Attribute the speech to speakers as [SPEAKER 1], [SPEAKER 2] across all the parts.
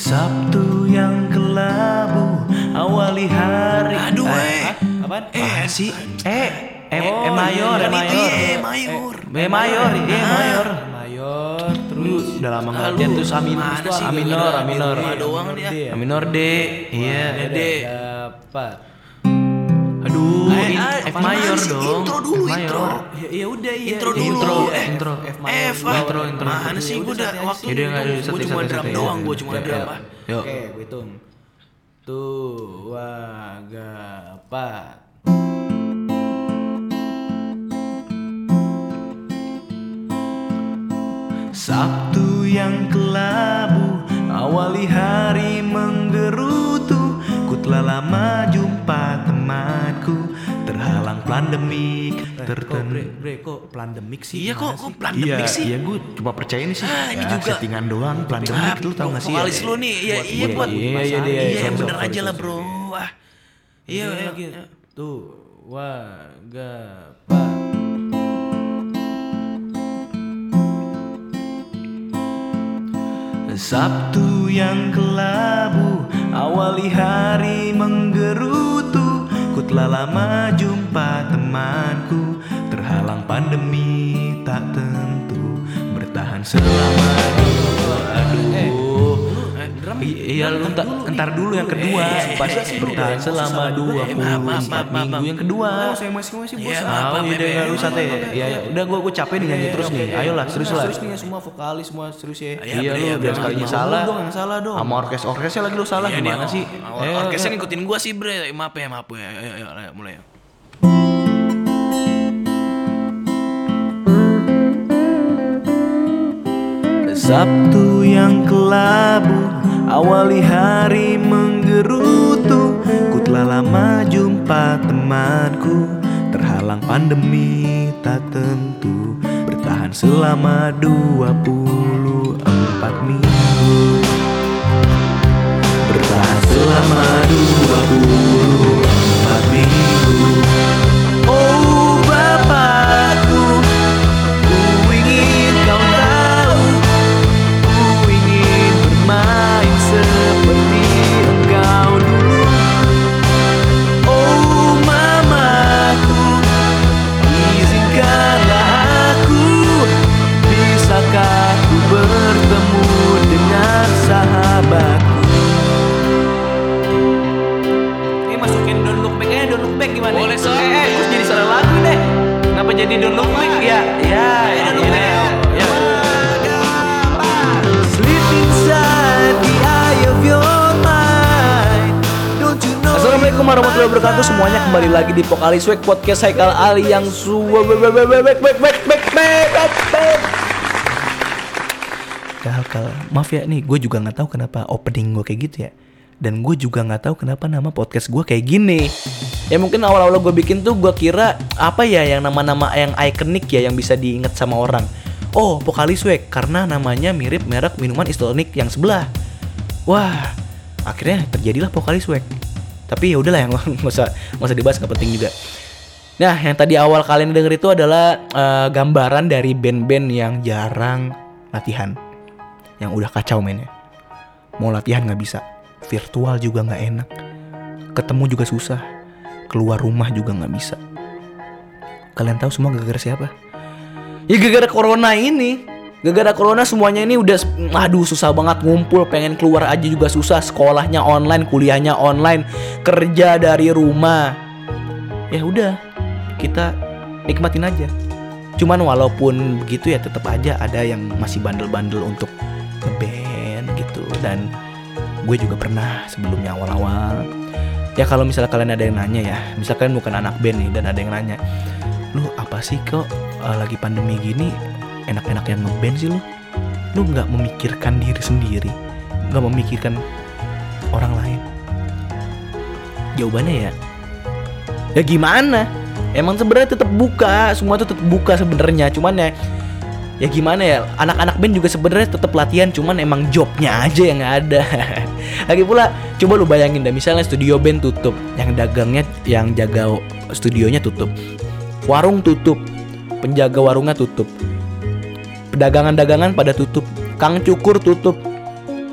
[SPEAKER 1] Sabtu yang kelabu awali hari.
[SPEAKER 2] Aduh,
[SPEAKER 1] apaan?
[SPEAKER 2] sih?
[SPEAKER 1] Mayor.
[SPEAKER 2] Mayor, terus
[SPEAKER 1] Udah lama nggak latihan terus minor.
[SPEAKER 2] Doang dia.
[SPEAKER 1] Minor D. Iya.
[SPEAKER 2] D.
[SPEAKER 3] Dapat.
[SPEAKER 1] Aduh, F mayor dong.
[SPEAKER 2] Intro dulu,
[SPEAKER 1] F mayor.
[SPEAKER 2] intro.
[SPEAKER 3] Ya udah iya.
[SPEAKER 2] Intro dulu.
[SPEAKER 1] Intro.
[SPEAKER 2] F ah.
[SPEAKER 1] Intro.
[SPEAKER 2] Mana sih gue udah waktu.
[SPEAKER 1] Yaudah, nggak ada,
[SPEAKER 2] Gue cuma
[SPEAKER 1] satu.
[SPEAKER 2] drum doang, gue cuma drum.
[SPEAKER 1] Yuk.
[SPEAKER 3] Oke, gue hitung. 2, 4.
[SPEAKER 1] Sabtu yang kelabu awali hari menggerutu. Ku telah lama jumpa temanku, terhalang pandemik tertentu.
[SPEAKER 3] Kok pandemik sih?
[SPEAKER 2] Iya kok pandemik sih.
[SPEAKER 1] Iya gue cuma percaya ini sih.
[SPEAKER 2] Ini juga
[SPEAKER 1] settingan doang pandemik, lu tau gak sih?
[SPEAKER 2] Vokalis lu nih, iya buat.
[SPEAKER 1] Iya,
[SPEAKER 2] Iya
[SPEAKER 1] sok,
[SPEAKER 2] bener
[SPEAKER 1] sok,
[SPEAKER 2] aja
[SPEAKER 1] sok,
[SPEAKER 2] lah
[SPEAKER 1] sok.
[SPEAKER 2] bro. Iya.
[SPEAKER 3] Tuh, 2, 4.
[SPEAKER 1] Sabtu yang kelabu awali hari menggerutu. Ku telah lama jumpa temanku, terhalang pandemi tak tentu, bertahan selama Iya lu entar dulu yang kedua. Pas bertahan selama 24 minggu yang kedua.
[SPEAKER 3] Saya masih bos.
[SPEAKER 1] Udah enggak lu santai. Ya udah gua capek nih nyanyi terus nih. Ayolah serius lah.
[SPEAKER 3] Serius nih semua vokalis semua serius ya.
[SPEAKER 1] Iya lu biar sekalinya salah.
[SPEAKER 3] Lu dong yang salah dong.
[SPEAKER 1] Sama orkesnya lagi lu salah gimana sih?
[SPEAKER 2] Orkesnya ngikutin gua sih bre. Maaf ya. Ayo mulai.
[SPEAKER 1] Sabtu yang kelabu awali hari menggerutu. Ku telah lama jumpa temanku, terhalang pandemi tak tentu, bertahan selama 24 minggu. Bertahan selama 24 minggu. Oh Bapakku, ku ingin kau tahu, ku ingin bermain seperti engkau dulu. Oh Mamaku, izinkanlah aku, bisakah ku bertemu dengan sahabatku.
[SPEAKER 3] Ini masukin Don't Look Back aja, Don't Look Back gimana?
[SPEAKER 2] Boleh, Sob.
[SPEAKER 1] Terus jadi salah lagu deh. Kenapa jadi Don't Look Back? Ya. Sleep inside the eye of your mind. Don't you know?
[SPEAKER 4] Assalamualaikum warahmatullahi wabarakatuh. Semuanya kembali lagi di Vokalis Week Podcast Haikal Ali yang Kal. Maaf ya nih, gue juga nggak tahu kenapa opening gue kayak gitu ya. Dan gue juga nggak tahu kenapa nama podcast gue kayak gini. Ya mungkin awal-awal gue bikin tuh gue kira apa ya yang nama-nama yang ikonik ya yang bisa diingat sama orang. Oh, Vokalis Week karena namanya mirip merek minuman istonik yang sebelah. Wah, akhirnya terjadilah Vokalis Week. Tapi ya udahlah, yang nggak usah dibahas, nggak penting juga. Nah, yang tadi awal kalian denger itu adalah gambaran dari band-band yang jarang latihan, yang udah kacau mainnya. Mau latihan nggak bisa, virtual juga nggak enak, ketemu juga susah, keluar rumah juga nggak bisa. Kalian tahu semua gara-gara siapa? Ya gara-gara corona ini. Gara-gara corona semuanya ini udah susah banget ngumpul, pengen keluar aja juga susah, sekolahnya online, kuliahnya online, kerja dari rumah. Ya udah, kita nikmatin aja. Cuman walaupun begitu ya tetap aja ada yang masih bandel-bandel untuk ngeband gitu. Dan gue juga pernah sebelumnya awal-awal. Ya kalau misalnya kalian ada yang nanya ya, misalkan bukan anak band nih dan ada yang nanya, lu apa sih kok lagi pandemi gini enak-enak yang ngeband sih lu? Lu gak memikirkan diri sendiri, gak memikirkan orang lain? Jawabannya ya gimana? Emang sebenarnya tetap buka, semua tuh tetap buka sebenarnya. Cuman ya gimana ya? Anak-anak band juga sebenarnya tetap latihan, cuman emang jobnya aja yang gak ada. Lagi pula, coba lu bayangin dah, misalnya studio band tutup, yang dagangnya, yang jaga studionya tutup, warung tutup, penjaga warungnya tutup, pedagangan-dagangan pada tutup, kang cukur tutup,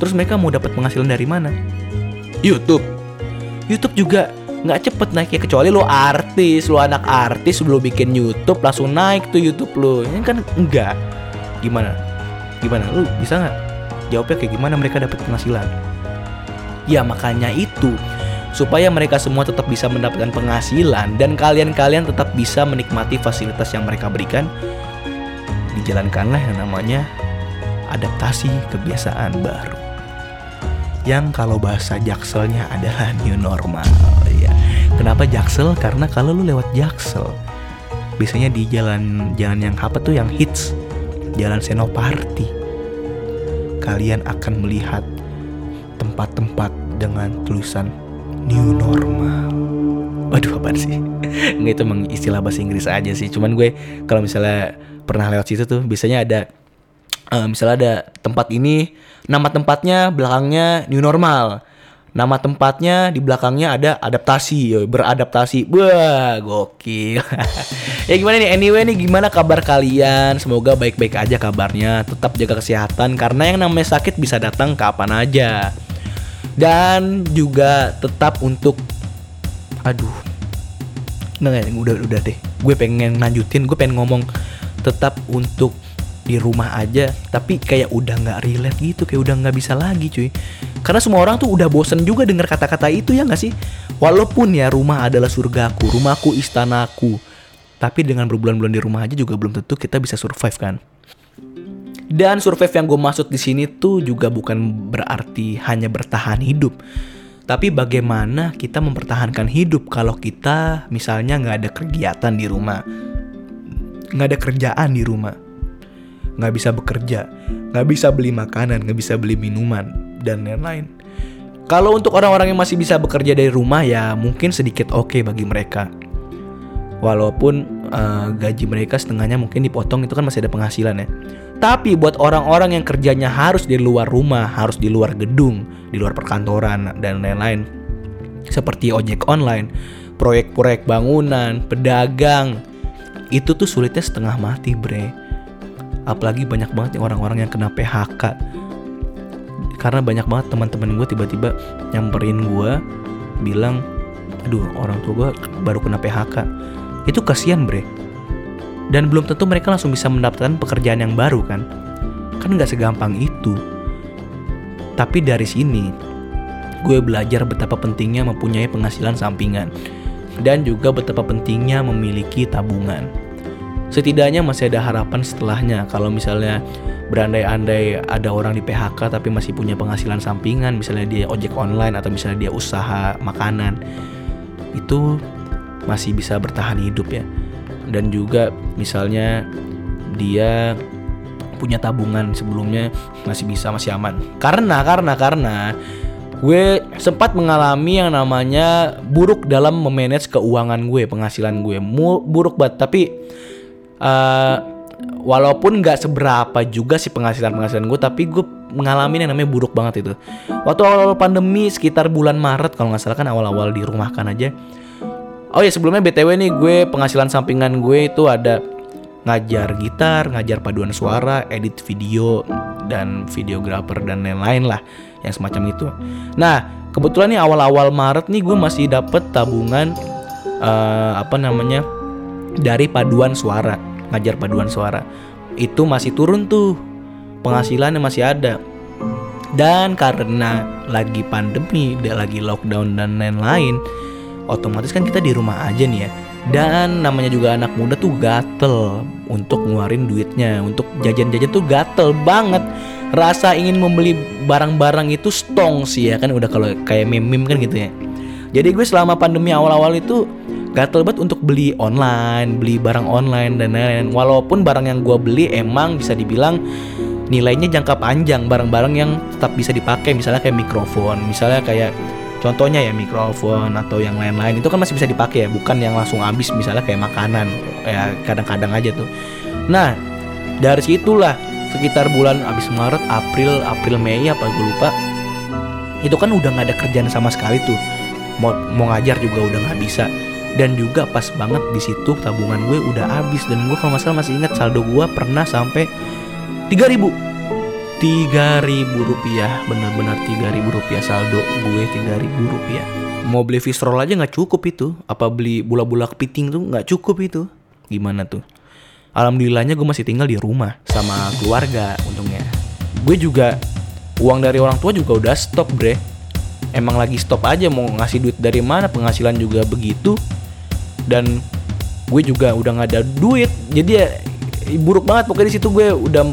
[SPEAKER 4] Terus mereka mau dapat penghasilan dari mana? YouTube juga nggak cepet naiknya, kecuali lo artis, lo anak artis, lo bikin YouTube langsung naik tuh YouTube lo. Ini kan enggak. Gimana? Lu bisa nggak jawabnya kayak gimana mereka dapat penghasilan? Ya makanya itu, supaya mereka semua tetap bisa mendapatkan penghasilan dan kalian tetap bisa menikmati fasilitas yang mereka berikan, dijalankanlah yang namanya adaptasi kebiasaan baru, yang kalau bahasa Jakselnya adalah new normal ya. Kenapa Jaksel? Karena kalau lu lewat Jaksel, biasanya di jalan yang apa tuh yang hits, Jalan Senopati, kalian akan melihat tempat-tempat dengan tulisan new normal. Waduh, apaan sih? Nggak, itu emang istilah bahasa Inggris aja sih. Cuman gue kalau misalnya pernah lewat situ tuh, biasanya ada misalnya ada tempat ini, nama tempatnya belakangnya new normal, nama tempatnya di belakangnya ada adaptasi, beradaptasi. Wah, gokil. Ya gimana nih, anyway nih, gimana kabar kalian? Semoga baik-baik aja kabarnya. Tetap jaga kesehatan, karena yang namanya sakit bisa datang kapan aja. Dan juga tetap untuk udah deh. Gue pengen lanjutin, gue pengen ngomong tetap untuk di rumah aja, tapi kayak udah nggak relate gitu, kayak udah nggak bisa lagi cuy. Karena semua orang tuh udah bosen juga dengar kata-kata itu, ya nggak sih? Walaupun ya rumah adalah surgaku, rumahku istanaku, tapi dengan berbulan-bulan di rumah aja juga belum tentu kita bisa survive kan. Dan survive yang gue maksud di sini tuh juga bukan berarti hanya bertahan hidup, tapi bagaimana kita mempertahankan hidup kalau kita misalnya nggak ada kegiatan di rumah, nggak ada kerjaan di rumah, nggak bisa bekerja, nggak bisa beli makanan, nggak bisa beli minuman, dan lain-lain. Kalau untuk orang-orang yang masih bisa bekerja dari rumah, ya mungkin sedikit oke bagi mereka. Walaupun gaji mereka setengahnya mungkin dipotong, itu kan masih ada penghasilan ya. Tapi buat orang-orang yang kerjanya harus di luar rumah, harus di luar gedung, di luar perkantoran, dan lain-lain, seperti ojek online, proyek-proyek bangunan, pedagang, itu tuh sulitnya setengah mati bre. Apalagi banyak banget nih orang-orang yang kena PHK. Karena banyak banget teman-teman gue tiba-tiba nyamperin gue, bilang, aduh orang tua gue baru kena PHK. Itu kasihan bre. Dan belum tentu mereka langsung bisa mendapatkan pekerjaan yang baru kan. Kan gak segampang itu. Tapi dari sini gue belajar betapa pentingnya mempunyai penghasilan sampingan, dan juga betapa pentingnya memiliki tabungan. Setidaknya masih ada harapan setelahnya. Kalau misalnya berandai-andai ada orang di PHK tapi masih punya penghasilan sampingan, misalnya dia ojek online atau misalnya dia usaha makanan, itu masih bisa bertahan hidup ya. Dan juga misalnya dia punya tabungan sebelumnya, masih aman. Karena gue sempat mengalami yang namanya buruk dalam memanage keuangan gue, penghasilan gue buruk banget. Tapi walaupun gak seberapa juga sih penghasilan gue, tapi gue mengalami yang namanya buruk banget itu. Waktu awal pandemi sekitar bulan Maret kalau gak salah, kan awal-awal dirumahkan aja. Oh ya, sebelumnya BTW nih, gue penghasilan sampingan gue itu ada ngajar gitar, ngajar paduan suara, edit video, dan videografer dan lain-lain lah yang semacam itu. Nah kebetulan nih awal-awal Maret nih gue masih dapet tabungan dari paduan suara, ngajar paduan suara. Itu masih turun tuh, penghasilannya masih ada. Dan karena lagi pandemi, lagi lockdown dan lain-lain, otomatis kan kita di rumah aja nih ya. Dan namanya juga anak muda tuh gatel untuk ngeluarin duitnya, untuk jajan-jajan tuh gatel banget. Rasa ingin membeli barang-barang itu stong sih ya kan, udah kalau kayak meme-meme kan gitu ya. Jadi gue selama pandemi awal-awal itu gatel banget untuk beli online, beli barang online dan lain-lain. Walaupun barang yang gue beli emang bisa dibilang nilainya jangka panjang, barang-barang yang tetap bisa dipakai, misalnya kayak mikrofon, misalnya kayak contohnya ya mikrofon atau yang lain-lain, itu kan masih bisa dipakai ya, bukan yang langsung habis misalnya kayak makanan ya, kadang-kadang aja tuh. Nah dari situlah sekitar bulan habis Maret, April Mei apa gue lupa, itu kan udah nggak ada kerjaan sama sekali tuh, mau ngajar juga udah nggak bisa. Dan juga pas banget di situ tabungan gue udah habis, dan gue kalau nggak salah masih ingat saldo gue pernah sampai 3.000 Rp3.000, benar-benar Rp3.000 saldo gue, Rp3.000. Mau beli fish roll aja nggak cukup itu, apa beli bola-bola kepiting tuh nggak cukup itu. Gimana tuh? Alhamdulillahnya gue masih tinggal di rumah sama keluarga untungnya. Gue juga uang dari orang tua juga udah stop bre. Emang lagi stop aja, mau ngasih duit dari mana, penghasilan juga begitu. Dan gue juga udah nggak ada duit, jadi ya buruk banget pokoknya di situ. Gue udah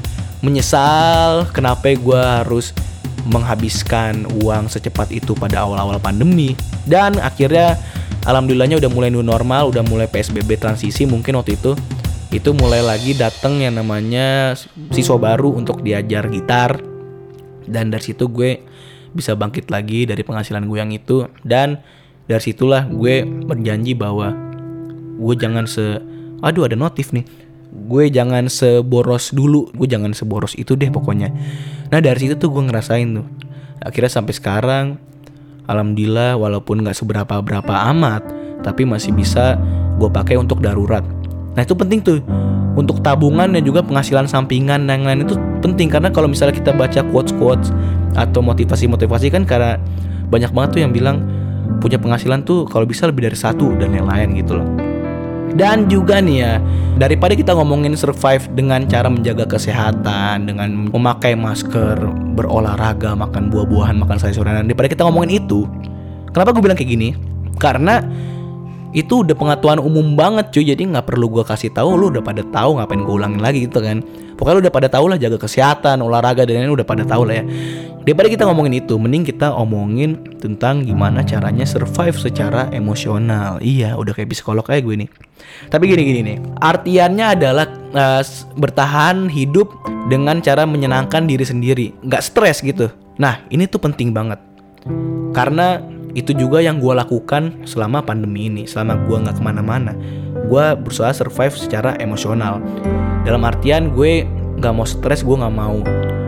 [SPEAKER 4] menyesal kenapa gue harus menghabiskan uang secepat itu pada awal-awal pandemi. Dan akhirnya alhamdulillahnya udah mulai new normal, udah mulai PSBB transisi. Mungkin waktu itu mulai lagi datang yang namanya siswa baru untuk diajar gitar. Dan dari situ gue bisa bangkit lagi dari penghasilan gue yang itu. Dan dari situlah gue berjanji bahwa gue jangan aduh ada notif nih. Gue jangan seboros dulu, gue jangan seboros itu deh pokoknya. Nah dari situ tuh gue ngerasain tuh. Akhirnya sampai sekarang, alhamdulillah walaupun gak seberapa-berapa amat, tapi masih bisa gue pakai untuk darurat. Nah itu penting tuh, untuk tabungan dan juga penghasilan sampingan dan lain-lain itu penting. Karena kalau misalnya kita baca quotes-quotes atau motivasi-motivasi kan, karena banyak banget tuh yang bilang punya penghasilan tuh kalau bisa lebih dari 1 dan lain-lain gitu loh. Dan juga nih ya, daripada kita ngomongin survive dengan cara menjaga kesehatan, dengan memakai masker, berolahraga, makan buah-buahan, makan sayur-sayuran, daripada kita ngomongin itu, kenapa gue bilang kayak gini? Karena itu udah pengetahuan umum banget cuy, jadi nggak perlu gue kasih tahu, lu udah pada tahu, ngapain gue ulangin lagi gitu kan? Pokoknya lu udah pada tahu lah, jaga kesehatan, olahraga dan lain-lain udah pada tahu lah ya. Daripada kita ngomongin itu, mending kita omongin tentang gimana caranya survive secara emosional. Iya, udah kayak psikolog kayak gue nih. Tapi gini nih, artiannya adalah bertahan hidup dengan cara menyenangkan diri sendiri, nggak stres gitu. Nah, ini tuh penting banget. Karena itu juga yang gue lakukan selama pandemi ini. Selama gue gak kemana-mana, gue berusaha survive secara emosional. Dalam artian gue gak mau stres, gue gak mau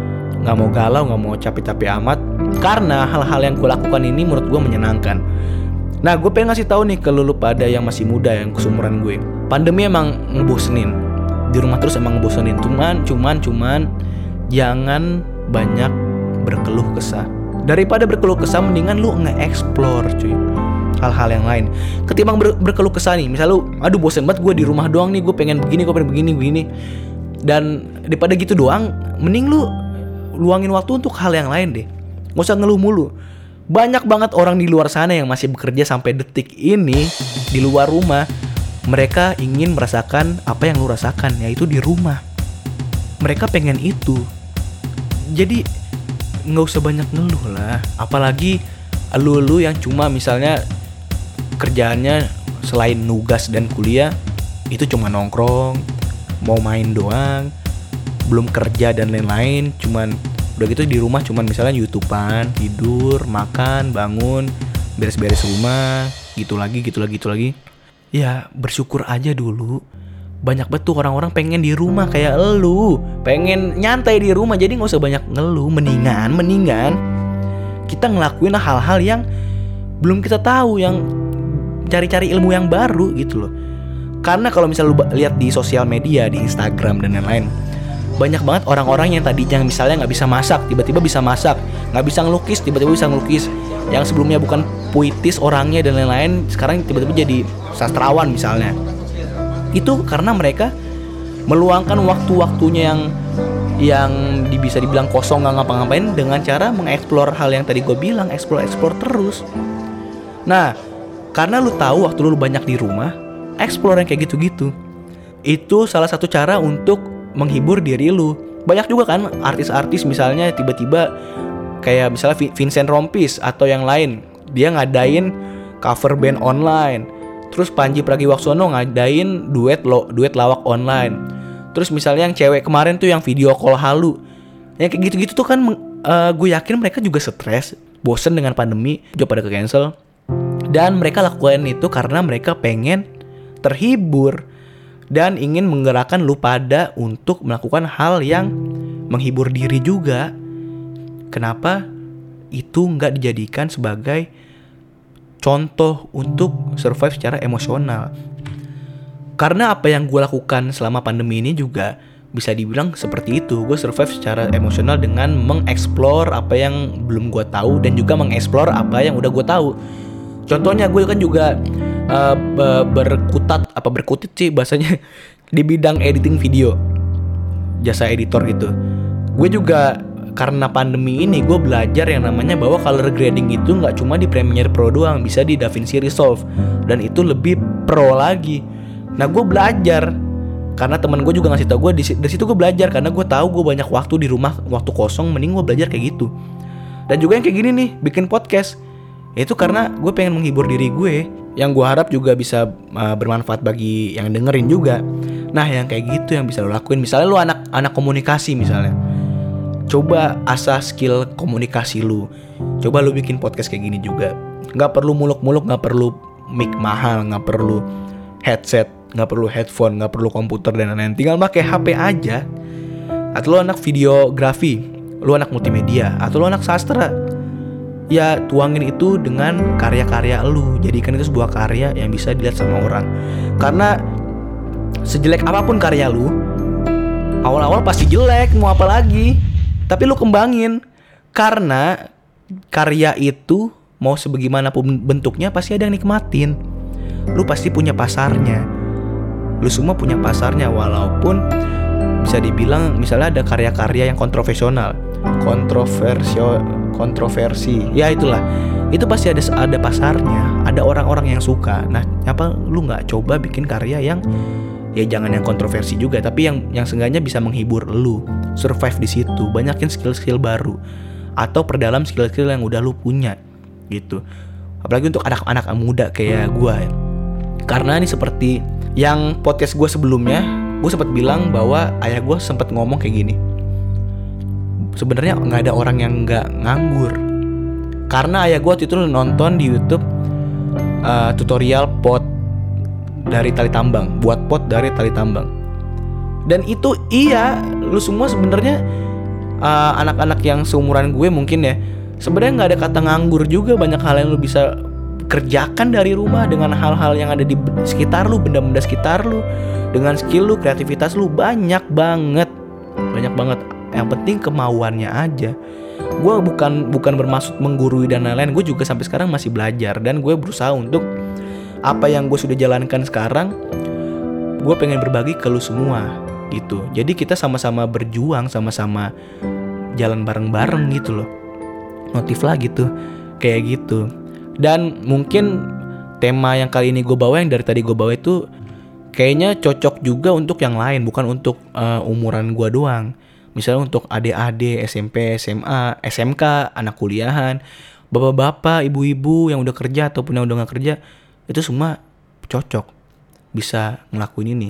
[SPEAKER 4] galau, gak mau capek-capek amat. Karena hal-hal yang gue lakukan ini menurut gue menyenangkan. Nah gue pengen ngasih tahu nih ke lu pada yang masih muda, yang kesumuran gue. Pandemi emang ngebosenin, di rumah terus emang ngebosenin. Cuman jangan banyak berkeluh kesah. Daripada berkeluh kesah, mendingan lu nge-explore cuy hal-hal yang lain. Ketimbang berkeluh kesah nih, misal lu, aduh bosen banget gue di rumah doang nih, gue pengen begini. Dan daripada gitu doang, mending lu luangin waktu untuk hal yang lain deh. Gak usah ngeluh mulu. Banyak banget orang di luar sana yang masih bekerja sampai detik ini di luar rumah. Mereka ingin merasakan apa yang lu rasakan, yaitu di rumah. Mereka pengen itu. Jadi nggak usah banyak ngeluh lah. Apalagi lu yang cuma misalnya kerjaannya selain nugas dan kuliah itu cuma nongkrong, mau main doang, belum kerja dan lain-lain. Cuman udah gitu di rumah cuman misalnya YouTubean, tidur, makan, bangun, beres-beres rumah, gitu lagi. Ya bersyukur aja dulu. Banyak betul orang-orang pengen di rumah kayak elu, pengen nyantai di rumah, jadi gak usah banyak ngeluh. Mendingan kita ngelakuin hal-hal yang belum kita tahu, yang cari-cari ilmu yang baru gitu loh. Karena kalau misalnya lu lihat di sosial media, di Instagram dan lain-lain, banyak banget orang-orang yang tadinya misalnya gak bisa masak, tiba-tiba bisa masak. Gak bisa ngelukis, tiba-tiba bisa ngelukis. Yang sebelumnya bukan puitis orangnya dan lain-lain, sekarang tiba-tiba jadi sastrawan misalnya. Itu karena mereka meluangkan waktu-waktunya yang bisa dibilang kosong gak ngapa-ngapain dengan cara mengeksplor hal yang tadi gue bilang, explore terus. Nah, karena lu tahu waktu lu banyak di rumah, explore yang kayak gitu-gitu. Itu salah satu cara untuk menghibur diri lu. Banyak juga kan artis-artis misalnya tiba-tiba kayak misalnya Vincent Rompis atau yang lain, dia ngadain cover band online. Terus Panji Pragiwaksono ngadain duet lawak online. Terus misalnya yang cewek kemarin tuh yang video call halu. Yang kayak gitu-gitu tuh kan gue yakin mereka juga stres, bosen dengan pandemi, juga pada ke-cancel. Dan mereka lakukan itu karena mereka pengen terhibur dan ingin menggerakkan lu pada untuk melakukan hal yang menghibur diri juga. Kenapa itu nggak dijadikan sebagai contoh untuk survive secara emosional? Karena apa yang gue lakukan selama pandemi ini juga bisa dibilang seperti itu. Gue survive secara emosional dengan mengeksplor apa yang belum gue tahu dan juga mengeksplor apa yang udah gue tahu. Contohnya gue kan juga berkutit sih bahasanya di bidang editing video, jasa editor gitu. Gue juga karena pandemi ini gue belajar yang namanya bahwa color grading itu nggak cuma di Premiere Pro doang, bisa di DaVinci Resolve dan itu lebih pro lagi. Nah gue belajar karena teman gue juga ngasih tau gue, dari situ gue belajar karena gue tahu gue banyak waktu di rumah, waktu kosong, mending gue belajar kayak gitu. Dan juga yang kayak gini nih, bikin podcast, itu karena gue pengen menghibur diri gue, yang gue harap juga bisa bermanfaat bagi yang dengerin juga. Nah yang kayak gitu yang bisa lo lakuin. Misalnya lo anak komunikasi misalnya, coba asah skill komunikasi lu. Coba lu bikin podcast kayak gini juga. Gak perlu muluk-muluk, gak perlu mic mahal, gak perlu headset, gak perlu headphone, gak perlu komputer dan lain-lain. Tinggal pakai HP aja. Atau lu anak videografi, lu anak multimedia, atau lu anak sastra, ya tuangin itu dengan karya-karya lu. Jadikan itu sebuah karya yang bisa dilihat sama orang. Karena sejelek apapun karya lu, awal-awal pasti jelek, mau apa lagi. Tapi lu kembangin, karena karya itu mau sebagaimanapun bentuknya pasti ada yang nikmatin. Lu pasti punya pasarnya. Lu semua punya pasarnya, walaupun bisa dibilang misalnya ada karya-karya yang kontroversi. Ya itulah. Itu pasti ada pasarnya, ada orang-orang yang suka. Nah, apa lu nggak coba bikin karya yang ya jangan yang kontroversi juga, tapi yang seenggaknya bisa menghibur lu, survive di situ, banyakin skill-skill baru atau perdalam skill-skill yang udah lu punya gitu. Apalagi untuk anak-anak muda kayak gua ya. Karena ini seperti yang podcast gua sebelumnya, gua sempat bilang bahwa ayah gua sempat ngomong kayak gini. Sebenarnya nggak ada orang yang nggak nganggur. Karena ayah gua waktu itu nonton di YouTube tutorial pot dari tali tambang, buat pot dari tali tambang. Dan itu iya, lu semua sebenarnya anak-anak yang seumuran gue mungkin ya, sebenarnya nggak ada kata nganggur juga. Banyak hal yang lu bisa kerjakan dari rumah dengan hal-hal yang ada di sekitar lu, benda-benda sekitar lu, dengan skill lu, kreativitas lu banyak banget. Yang penting kemauannya aja. Gue bukan bermaksud menggurui dan lain-lain. Gue juga sampai sekarang masih belajar dan gue berusaha untuk apa yang gue sudah jalankan sekarang, gue pengen berbagi ke lu semua gitu. Jadi kita sama-sama berjuang, sama-sama jalan bareng-bareng gitu loh. Motif lah gitu, kayak gitu. Dan mungkin tema yang kali ini gue bawa, yang dari tadi gue bawa itu kayaknya cocok juga untuk yang lain, bukan untuk umuran gue doang. Misalnya untuk adik-adik, SMP, SMA, SMK, anak kuliahan, bapak-bapak, ibu-ibu yang udah kerja ataupun yang udah gak kerja, itu semua cocok bisa ngelakuin ini.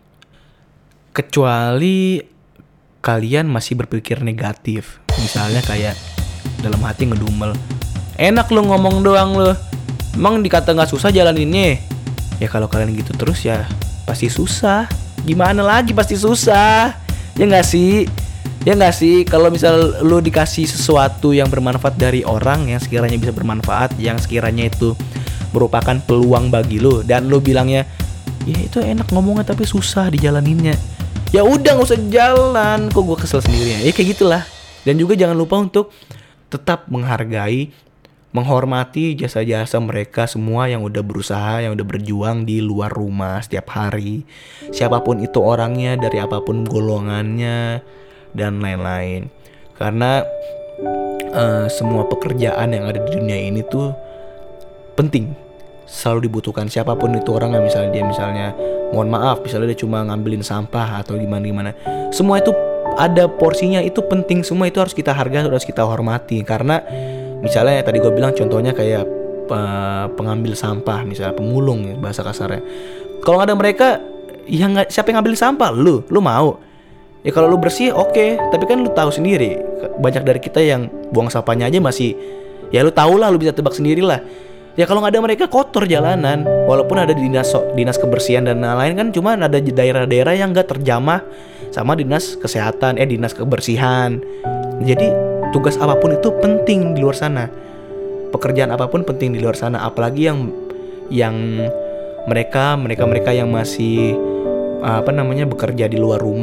[SPEAKER 4] Kecuali kalian masih berpikir negatif, misalnya kayak dalam hati ngedumel, enak lu ngomong doang lu, emang dikata gak susah jalan ini. Ya kalau kalian gitu terus ya pasti susah. Gimana lagi, pasti susah. Ya gak sih? Kalau misal lu dikasih sesuatu yang bermanfaat dari orang, yang sekiranya bisa bermanfaat, yang sekiranya itu merupakan peluang bagi lu, dan lu bilangnya ya itu enak ngomongnya tapi susah dijalaninnya, ya udah nggak usah jalan. Kok gue kesel sendiri ya kayak gitulah. Dan juga jangan lupa untuk tetap menghargai, menghormati jasa-jasa mereka semua yang udah berusaha, yang udah berjuang di luar rumah setiap hari, siapapun itu orangnya, dari apapun golongannya dan lain-lain. Karena semua pekerjaan yang ada di dunia ini tuh penting, selalu dibutuhkan. Siapapun itu orang, yang misalnya mohon maaf, misalnya dia cuma ngambilin sampah atau gimana, semua itu ada porsinya, itu penting. Semua itu harus kita hargai, harus kita hormati. Karena misalnya tadi gue bilang contohnya kayak pengambil sampah, misalnya pemulung ya, bahasa kasarnya. Kalau nggak ada mereka, ya siapa yang ngambil sampah? Lu mau? Ya kalau lu bersih oke. Tapi kan lu tahu sendiri, banyak dari kita yang buang sampahnya aja masih, ya lu tahu lah, lu bisa tebak sendiri lah. Ya kalau nggak ada mereka kotor jalanan. Walaupun ada dinas kebersihan dan lain-lain kan, cuma ada daerah-daerah yang nggak terjamah sama dinas kesehatan, dinas kebersihan. Jadi tugas apapun itu penting di luar sana. Pekerjaan apapun penting di luar sana. Apalagi yang mereka yang masih bekerja di luar rumah,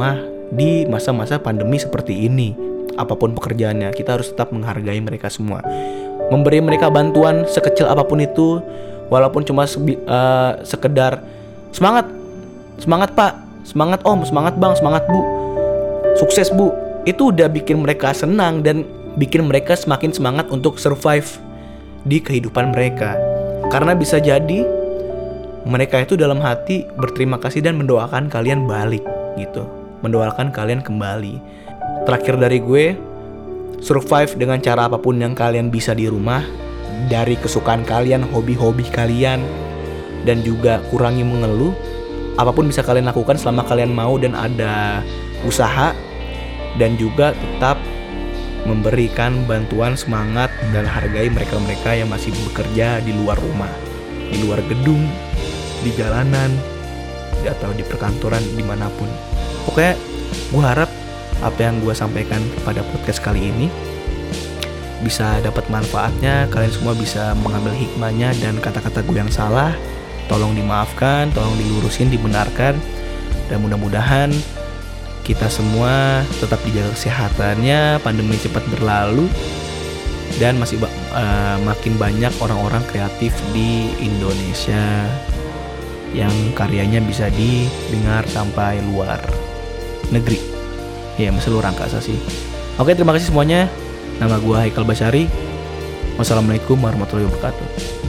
[SPEAKER 4] di masa-masa pandemi seperti ini. Apapun pekerjaannya, kita harus tetap menghargai mereka semua. Memberi mereka bantuan sekecil apapun itu, walaupun cuma sekedar semangat Pak, semangat Om, semangat Bang, semangat Bu, sukses Bu. Itu udah bikin mereka senang dan bikin mereka semakin semangat untuk survive di kehidupan mereka. Karena bisa jadi mereka itu dalam hati berterima kasih dan mendoakan kalian balik gitu, mendoakan kalian kembali. Terakhir dari gue, survive dengan cara apapun yang kalian bisa di rumah, dari kesukaan kalian, hobi-hobi kalian, dan juga kurangi mengeluh. Apapun bisa kalian lakukan selama kalian mau dan ada usaha, dan juga tetap memberikan bantuan, semangat, dan hargai mereka-mereka yang masih bekerja di luar rumah, di luar gedung, di jalanan, atau di perkantoran, dimanapun. Pokoknya gue harap apa yang gue sampaikan pada podcast kali ini bisa dapat manfaatnya. Kalian semua bisa mengambil hikmahnya, dan kata-kata gue yang salah tolong dimaafkan, tolong dilurusin, dibenarkan. Dan mudah-mudahan kita semua tetap dijaga kesehatannya, pandemi cepat berlalu, dan masih makin banyak orang-orang kreatif di Indonesia yang karyanya bisa didengar sampai luar negeri. Ya, seluruh angkasa sih. Oke, terima kasih semuanya. Nama gue Haikal Basyari. Wassalamualaikum warahmatullahi wabarakatuh.